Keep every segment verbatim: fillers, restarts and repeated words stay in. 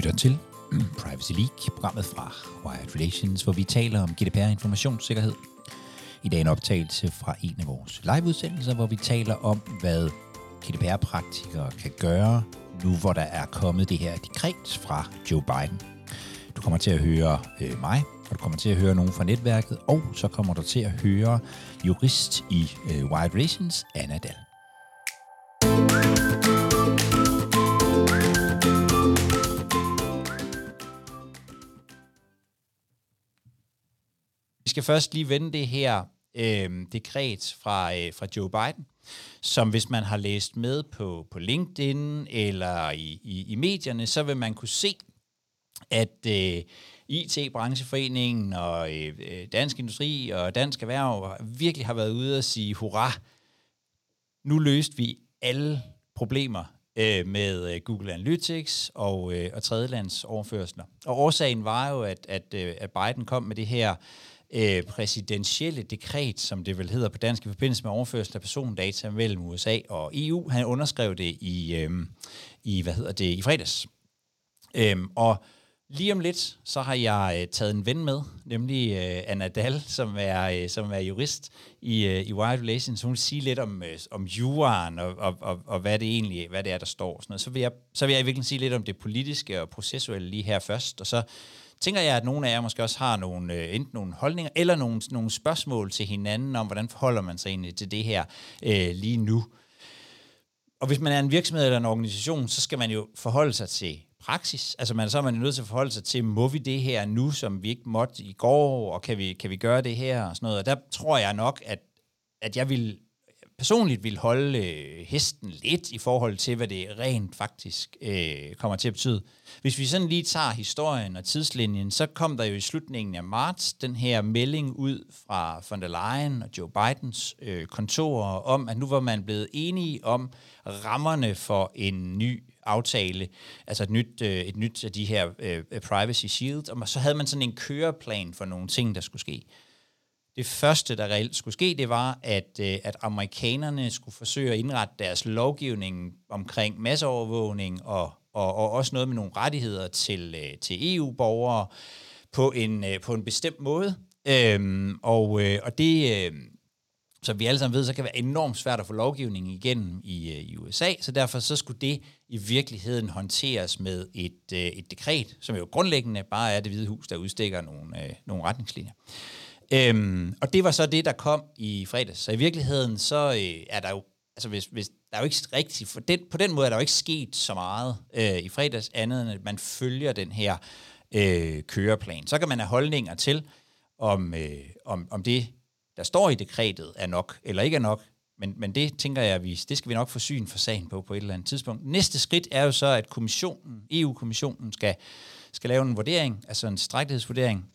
lytter til Privacy League, programmet fra Wired Relations, hvor vi taler om G D P R informationssikkerhed. I dag en optagelse fra en af vores liveudsendelser, hvor vi taler om, hvad G D P R-praktikere kan gøre, nu hvor der er kommet det her dekret fra Joe Biden. Du kommer til at høre øh, mig, og du kommer til at høre nogen fra netværket, og så kommer du til at høre jurist i øh, Wired Relations, Anna Dahl. Vi skal først lige vende det her øh, dekret fra, øh, fra Joe Biden, som hvis man har læst med på, på LinkedIn eller i, i, i medierne, så vil man kunne se, at øh, I T-brancheforeningen og øh, Dansk Industri og Dansk Erhverv virkelig har været ude og sige, hurra, nu løste vi alle problemer øh, med øh, Google Analytics og, øh, og tredjelands overførsler. Og årsagen var jo, at, at, øh, at Biden kom med det her øh, præsidentielle dekret, som det vel hedder på dansk, i forbindelse med overførsel af persondata mellem U S A og E U. Han underskrev det i, øh, i hvad hedder det, i fredags. Øhm, og lige om lidt, så har jeg øh, taget en ven med, nemlig øh, Anna Dahl, som er, øh, som er jurist i, øh, i Wired Relations. Hun vil sige lidt om, øh, om juraen og, og, og, og hvad det egentlig hvad det er, der står. Sådan noget. Så, vil jeg, så vil jeg virkelig sige lidt om det politiske og processuelle lige her først. Og så tænker jeg, at nogle af jer måske også har nogle, øh, enten nogle holdninger eller nogle, nogle spørgsmål til hinanden om, hvordan forholder man sig egentlig til det her øh, lige nu. Og hvis man er en virksomhed eller en organisation, så skal man jo forholde sig til praksis. Altså man, så er man nødt til at forholde sig til, må vi det her nu, som vi ikke måtte i går, og kan vi, kan vi gøre det her og sådan noget. Og der tror jeg nok, at, at jeg vil personligt vil holde øh, hesten lidt i forhold til, hvad det rent faktisk øh, kommer til at betyde. Hvis vi sådan lige tager historien og tidslinjen, så kom der jo i slutningen af marts den her melding ud fra von der Leyen og Joe Bidens øh, kontorer om, at nu var man blevet enige om rammerne for en ny aftale, altså et nyt, øh, et nyt af de her øh, Privacy Shield, og så havde man sådan en køreplan for nogle ting, der skulle ske. Det første, der reelt skulle ske, det var, at, øh, at amerikanerne skulle forsøge at indrette deres lovgivning omkring masseovervågning og, og, og også noget med nogle rettigheder til, øh, til E U-borgere på en, øh, på en bestemt måde. Øhm, og, øh, og det, øh, som vi alle sammen ved, så kan være enormt svært at få lovgivningen igennem i, øh, i U S A, så derfor så skulle det i virkeligheden håndteres med et, øh, et dekret, som jo grundlæggende bare er Det Hvide Hus, der udstikker nogle, øh, nogle retningslinjer. Øhm, og det var så det, der kom i fredags. Så i virkeligheden, så øh, er der jo, altså hvis, hvis der er jo ikke rigtigt, for den, på den måde er der jo ikke sket så meget øh, i fredags, andet end at man følger den her øh, køreplan. Så kan man have holdninger til, om, øh, om, om det, der står i dekretet, er nok eller ikke er nok, men, men det tænker jeg, vi, det skal vi nok få syn for sagen på på et eller andet tidspunkt. Næste skridt er jo så, at kommissionen, E U-kommissionen skal, skal lave en vurdering, altså en tilstrækkelighedsvurdering.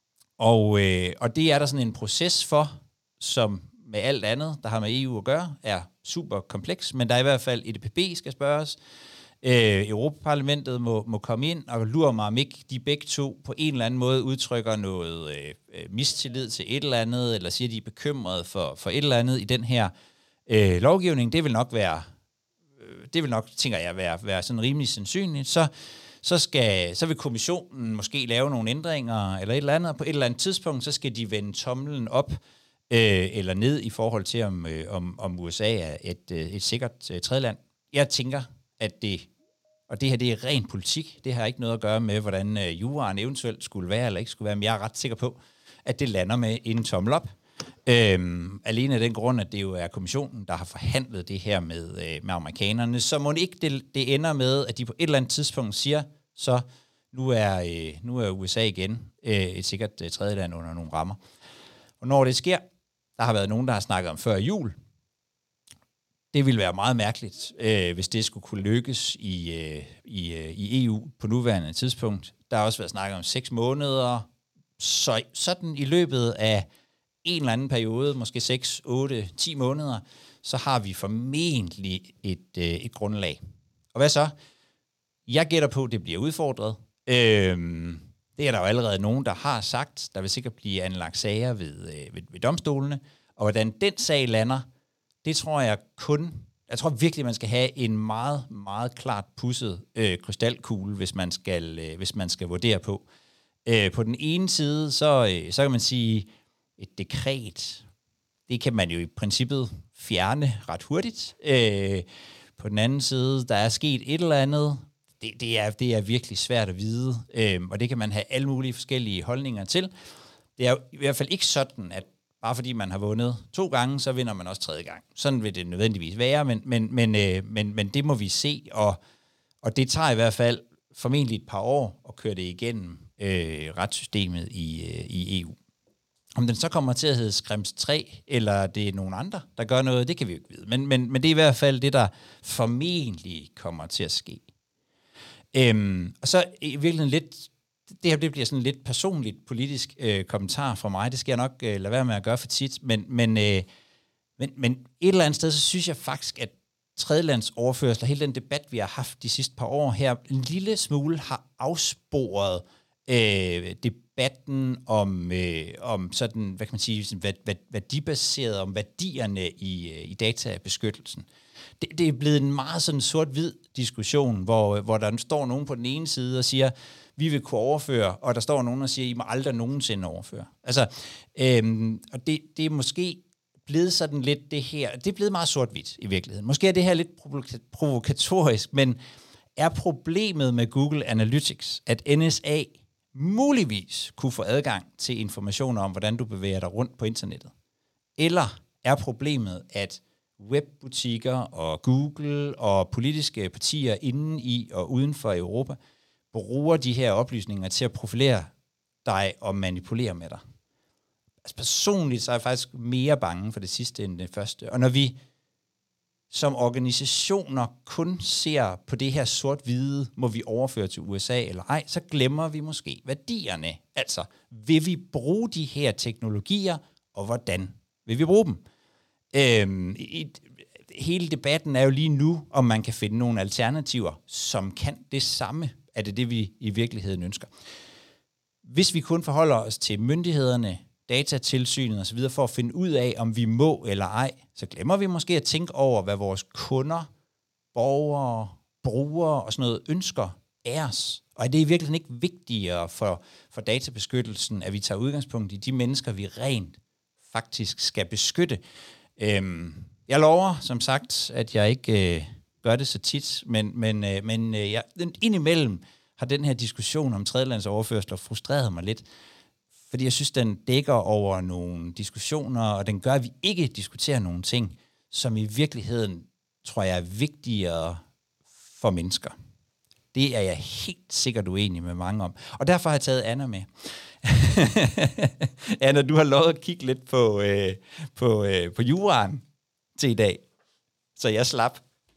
Og, øh, og det er der sådan en proces for, som med alt andet, der har med E U at gøre, er super kompleks, men der er i hvert fald E D P B skal spørges. Øh, Europaparlamentet må, må komme ind og lure mig, om ikke de begge to på en eller anden måde udtrykker noget øh, mistillid til et eller andet, eller siger, de er bekymrede for, for et eller andet i den her øh, lovgivning. Det vil nok være, øh, det vil nok, tænker jeg, være, være sådan rimelig sandsynligt. Så Så, skal, så vil kommissionen måske lave nogle ændringer eller et eller andet, og på et eller andet tidspunkt, så skal de vende tommelen op øh, eller ned i forhold til, om, øh, om, om U S A er et, øh, et sikkert øh, tredjeland. Jeg tænker, at det, og det her det er ren politik, det har ikke noget at gøre med, hvordan øh, juraen eventuelt skulle være eller ikke skulle være, men jeg er ret sikker på, at det lander med en tommel op. Øhm, alene af den grund, at det jo er kommissionen, der har forhandlet det her med, øh, med amerikanerne, så må det ikke det, det ender med, at de på et eller andet tidspunkt siger, så nu er, øh, nu er U S A igen øh, et sikkert øh, tredjeland under nogle rammer. Og når det sker, der har været nogen, der har snakket om før jul, det ville være meget mærkeligt, øh, hvis det skulle kunne lykkes i, øh, i, øh, i E U på nuværende tidspunkt. Der har også været snakket om seks måneder, så sådan i løbet af en eller anden periode, måske seks, otte, ti måneder, så har vi formentlig et, øh, et grundlag. Og hvad så? Jeg gætter på, at det bliver udfordret. Øhm, det er der jo allerede nogen, der har sagt. Der vil sikkert blive anlagt sager ved, øh, ved, ved domstolene. Og hvordan den sag lander, det tror jeg kun, jeg tror virkelig, man skal have en meget, meget klart pudset øh, krystalkugle, hvis man skal, øh, hvis man skal vurdere på. Øh, på den ene side, så, øh, så kan man sige, et dekret, det kan man jo i princippet fjerne ret hurtigt. Øh, på den anden side, der er sket et eller andet, det, det, er, det er virkelig svært at vide, øh, og det kan man have alle mulige forskellige holdninger til. Det er jo i hvert fald ikke sådan, at bare fordi man har vundet to gange, så vinder man også tredje gang. Sådan vil det nødvendigvis være, men, men, men, øh, men, men det må vi se, og, og det tager i hvert fald formentlig et par år at køre det igennem øh, retssystemet i, øh, i E U. Om den så kommer til at hedde Schrems tre, eller det er nogen andre, der gør noget, det kan vi jo ikke vide. Men, men, men det er i hvert fald det, der formentlig kommer til at ske. Øhm, og så i virkeligheden lidt, det her det bliver sådan en lidt personligt politisk øh, kommentar fra mig. Det skal jeg nok øh, lade være med at gøre for tit. Men, men, øh, men, men et eller andet sted, så synes jeg faktisk, at tredjelands overførsler, hele den debat, vi har haft de sidste par år her, en lille smule har afsporet øh, debatten om, øh, om sådan, hvad kan man sige, sådan, hvad, værdibaseret, om værdierne i, i databeskyttelsen. Det, det er blevet en meget sådan sort-hvid diskussion, hvor, hvor der står nogen på den ene side og siger, vi vil kunne overføre, og der står nogen og siger, I må aldrig nogensinde overføre. Altså, øhm, og det, det er måske blevet sådan lidt det her, det er blevet meget sort-hvidt i virkeligheden. Måske er det her lidt provokatorisk, men er problemet med Google Analytics, at N S A muligvis kunne få adgang til informationer om, hvordan du bevæger dig rundt på internettet? Eller er problemet, at webbutikker og Google og politiske partier inden i og uden for Europa bruger de her oplysninger til at profilere dig og manipulere med dig? Altså personligt så er jeg faktisk mere bange for det sidste end det første. Og når vi som organisationer kun ser på det her sort-hvide, må vi overføre til U S A eller ej, så glemmer vi måske værdierne. Altså, vil vi bruge de her teknologier, og hvordan vil vi bruge dem? Øhm, et, hele debatten er jo lige nu, om man kan finde nogle alternativer, som kan det samme. Er det det, vi i virkeligheden ønsker? Hvis vi kun forholder os til myndighederne, datatilsynet og så videre for at finde ud af, om vi må eller ej, så glemmer vi måske at tænke over, hvad vores kunder, borgere, brugere og sådan noget ønsker af os. Og er det i virkeligheden ikke vigtigere for, for databeskyttelsen, at vi tager udgangspunkt i de mennesker, vi rent faktisk skal beskytte? Øhm, jeg lover, som sagt, at jeg ikke øh, gør det så tit, men, men, øh, men øh, jeg, indimellem har den her diskussion om tredjelandsoverførsler frustreret mig lidt, fordi jeg synes, den dækker over nogle diskussioner, og den gør, at vi ikke diskuterer nogle ting, som i virkeligheden, tror jeg, er vigtigere for mennesker. Det er jeg helt sikkert uenig med mange om. Og derfor har jeg taget Anna med. Anna, du har lovet at kigge lidt på, øh, på, øh, på juraen til i dag, så jeg slap.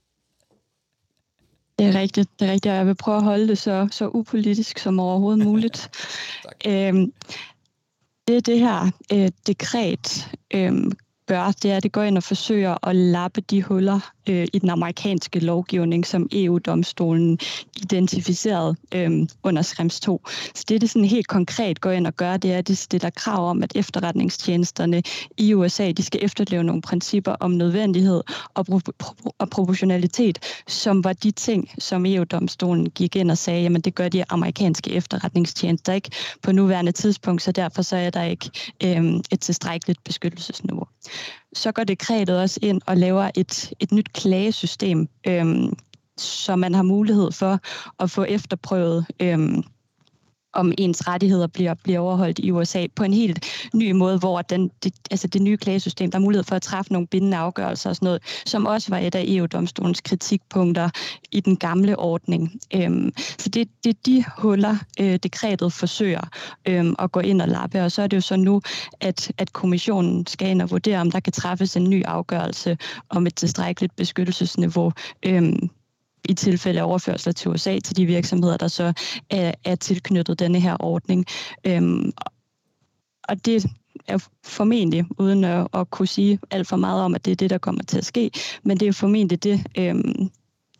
Det er rigtigt, det er rigtigt, og jeg vil prøve at holde det så, så upolitisk som overhovedet muligt. øhm, det er det her øh, dekret øh, gør, det er, at det går ind og forsøger at lappe de huller øh, i den amerikanske lovgivning, som E U-domstolen identificerede øh, under Schrems to. Så det, det sådan helt konkret går ind og gør, det er, at det stiller krav om, at efterretningstjenesterne i U S A, de skal efterleve nogle principper om nødvendighed og, pro- pro- og proportionalitet, som var de ting, som E U-domstolen gik ind og sagde, jamen det gør de amerikanske efterretningstjenester ikke på nuværende tidspunkt, så derfor så er der ikke øh, et tilstrækkeligt beskyttelsesniveau. Så går dekretet også ind og laver et, et nyt klagesystem, øhm, så man har mulighed for at få efterprøvet, øhm, om ens rettigheder bliver, bliver overholdt i U S A på en helt ny måde, hvor den, det, altså det nye klagesystem, der er mulighed for at træffe nogle bindende afgørelser og sådan noget, som også var et af E U-domstolens kritikpunkter i den gamle ordning. Øhm, så det er det, de huller, øh, dekretet forsøger øh, at gå ind og lappe, og så er det jo så nu, at, at kommissionen skal ind og vurdere, om der kan træffes en ny afgørelse om et tilstrækkeligt beskyttelsesniveau, øh, i tilfælde af overførsler til U S A til de virksomheder, der så er, er tilknyttet denne her ordning. Øhm, og det er formentlig, uden at, at kunne sige alt for meget om, at det er det, der kommer til at ske, men det er formentlig det, øhm,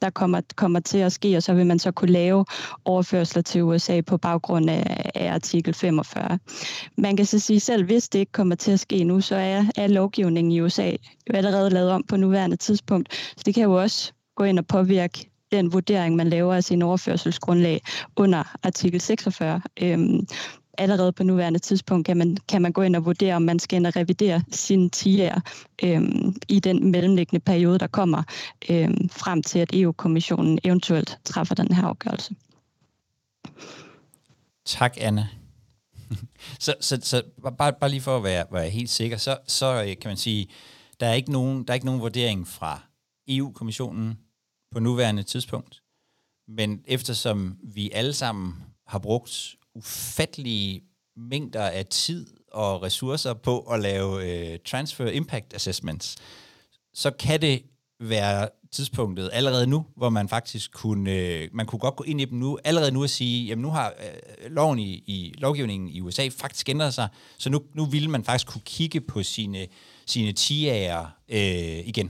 der kommer, kommer til at ske, og så vil man så kunne lave overførsler til U S A på baggrund af, af artikel femogfyrre. Man kan så sige, selv hvis det ikke kommer til at ske nu, så er, er lovgivningen i U S A jo allerede lavet om på nuværende tidspunkt, så det kan jo også gå ind og påvirke den vurdering, man laver af sin overførselsgrundlag under artikel seksogfyrre. Øhm, allerede på nuværende tidspunkt kan man, kan man gå ind og vurdere, om man skal ind og revidere sine T I'er øhm, i den mellemliggende periode, der kommer øhm, frem til, at E U-kommissionen eventuelt træffer den her afgørelse. Tak, Anna. så så, så bare, bare lige for at være, være helt sikker, så, så kan man sige, der er ikke nogen, der er ikke nogen vurdering fra E U-kommissionen på nuværende tidspunkt, men eftersom vi alle sammen har brugt ufattelige mængder af tid og ressourcer på at lave øh, transfer impact assessments, så kan det være tidspunktet allerede nu, hvor man faktisk kunne, øh, man kunne godt gå ind i dem nu, allerede nu at sige, jamen nu har øh, loven i, i lovgivningen i U S A faktisk ændret sig, så nu, nu ville man faktisk kunne kigge på sine, sine T I'er øh, igen.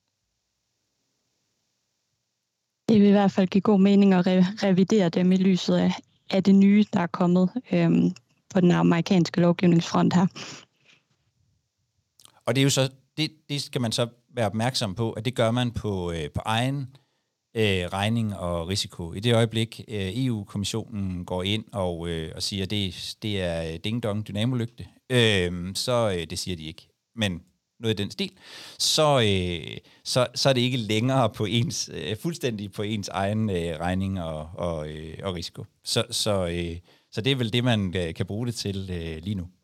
Det vil i hvert fald give god mening at re- revidere dem i lyset af, af det nye, der er kommet øhm, på den amerikanske lovgivningsfront her. Og det er jo så, det, det skal man så være opmærksom på, at det gør man på, øh, på egen øh, regning og risiko. I det øjeblik, øh, E U-kommissionen går ind og, øh, og siger, at det, det er ding-dong dynamolygte, øh, så øh, det siger de ikke. Men noget i den stil, så, øh, så, så er det ikke længere på ens, øh, fuldstændig på ens egen øh, regning og, og, øh, og risiko. Så, så, øh, så det er vel det, man øh, kan bruge det til øh, lige nu.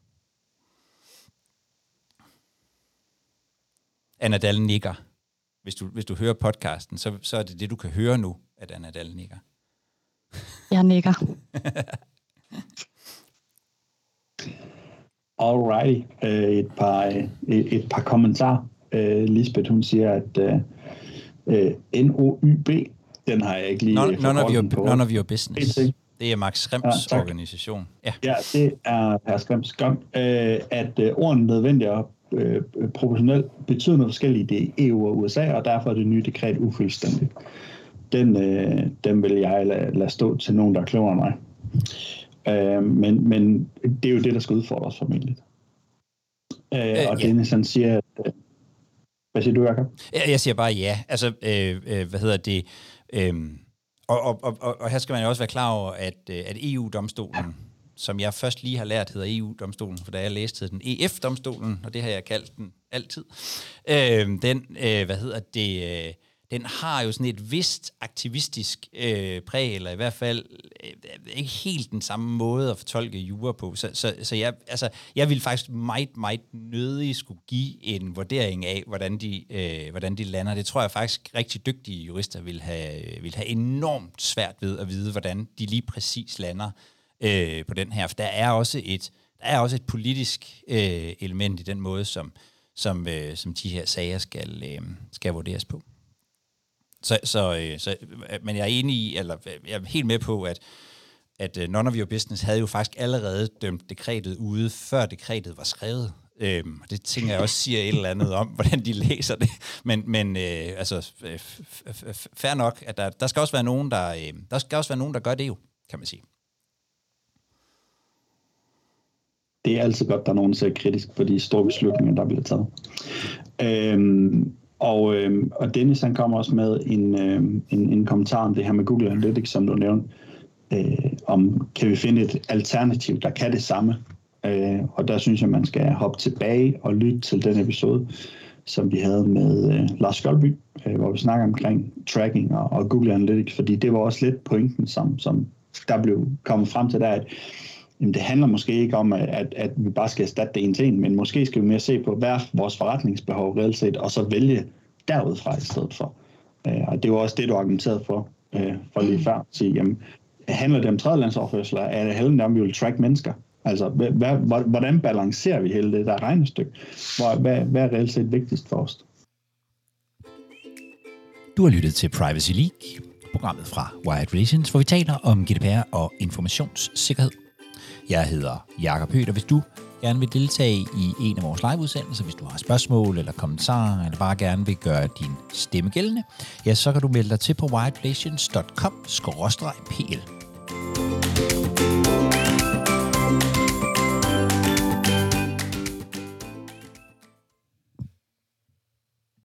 Anna Dahl nikker. Hvis du, hvis du hører podcasten, så, så er det det, du kan høre nu, at Anna Dahl nikker. Jeg nikker. Alrighty. Uh, et, par, et, et par kommentarer. Uh, Lisbeth, hun siger, at uh, N O Y B, den har jeg ikke lige none, none, of your, på. none of your business. Det er Max Schrems ja, organisation. Ja. ja, det er Per Schrems gang. Uh, at uh, ordene nødvendigt og uh, proportionelt betyder noget forskelligt i E U og U S A, og derfor er det nye dekret ufuldstændigt. Den, uh, den vil jeg lade, lade stå til nogen, der er klogere end mig. Uh, men, men det er jo det, der skal udfordres formentlig. Uh, øh, og ja. Dennis han siger, at, uh, hvad siger du, Jacob? Jeg siger bare ja. Altså, øh, øh, hvad hedder det? Øh, og, og, og, og her skal man jo også være klar over, at, at E U-domstolen, som jeg først lige har lært, hedder E U-domstolen, for da jeg læste den E F-domstolen, og det har jeg kaldt den altid, øh, den, øh, hvad hedder det... Øh, den har jo sådan et vist aktivistisk øh, præg, eller i hvert fald øh, ikke helt den samme måde at fortolke jura på. Så, så, så jeg, altså, jeg vil faktisk meget, meget nødig skulle give en vurdering af, hvordan de, øh, hvordan de lander. Det tror jeg faktisk rigtig dygtige jurister vil have, vil have enormt svært ved at vide, hvordan de lige præcis lander øh, på den her. For der er også et, der er også et politisk øh, element i den måde, som, som, øh, som de her sager skal, øh, skal vurderes på. Så, så, så, men jeg er enig i, eller jeg er helt med på, at, at None of Your Business havde jo faktisk allerede dømt dekretet ude, før dekretet var skrevet. Øhm, og det tænker jeg også siger et eller andet om, hvordan de læser det. Men, men øh, altså, fair nok, at der, der skal også være nogen, der, øh, der skal også være nogen, der gør det jo, kan man sige. Det er altid godt, der er nogen, der ser kritisk på de store beslutninger, der bliver taget. Øhm, Og, øh, og Dennis han kommer også med en, øh, en, en kommentar om det her med Google Analytics, som du nævnte, øh, om kan vi finde et alternativ, der kan det samme. Øh, og der synes jeg, man skal hoppe tilbage og lytte til den episode, som vi havde med øh, Lars Skjoldby, øh, hvor vi snakker omkring tracking og, og Google Analytics, fordi det var også lidt pointen, som, som der blev kommet frem til der, at jamen, det handler måske ikke om, at, at vi bare skal erstatte det en til en, men måske skal vi mere se på, hvad er vores forretningsbehov reelt set, og så vælge derudfra i stedet for. Og det var også det, du argumenterede for, for lige før. At sige, jamen, handler det om tredjelandsoverførsler? Er det handler det om, vi vil track mennesker? Altså, hvad, hvordan balancerer vi hele det der regnestykke? Hvad, hvad er reelt set vigtigst for os? Du har lyttet til Privacy League, programmet fra Wired Relations, hvor vi taler om G D P R og informationssikkerhed. Jeg hedder Jakob Høgh, og hvis du gerne vil deltage i en af vores liveudsendelser, hvis du har spørgsmål eller kommentarer, eller bare gerne vil gøre din stemme gældende, ja, så kan du melde dig til på wired relations punktum com skråstreg p l.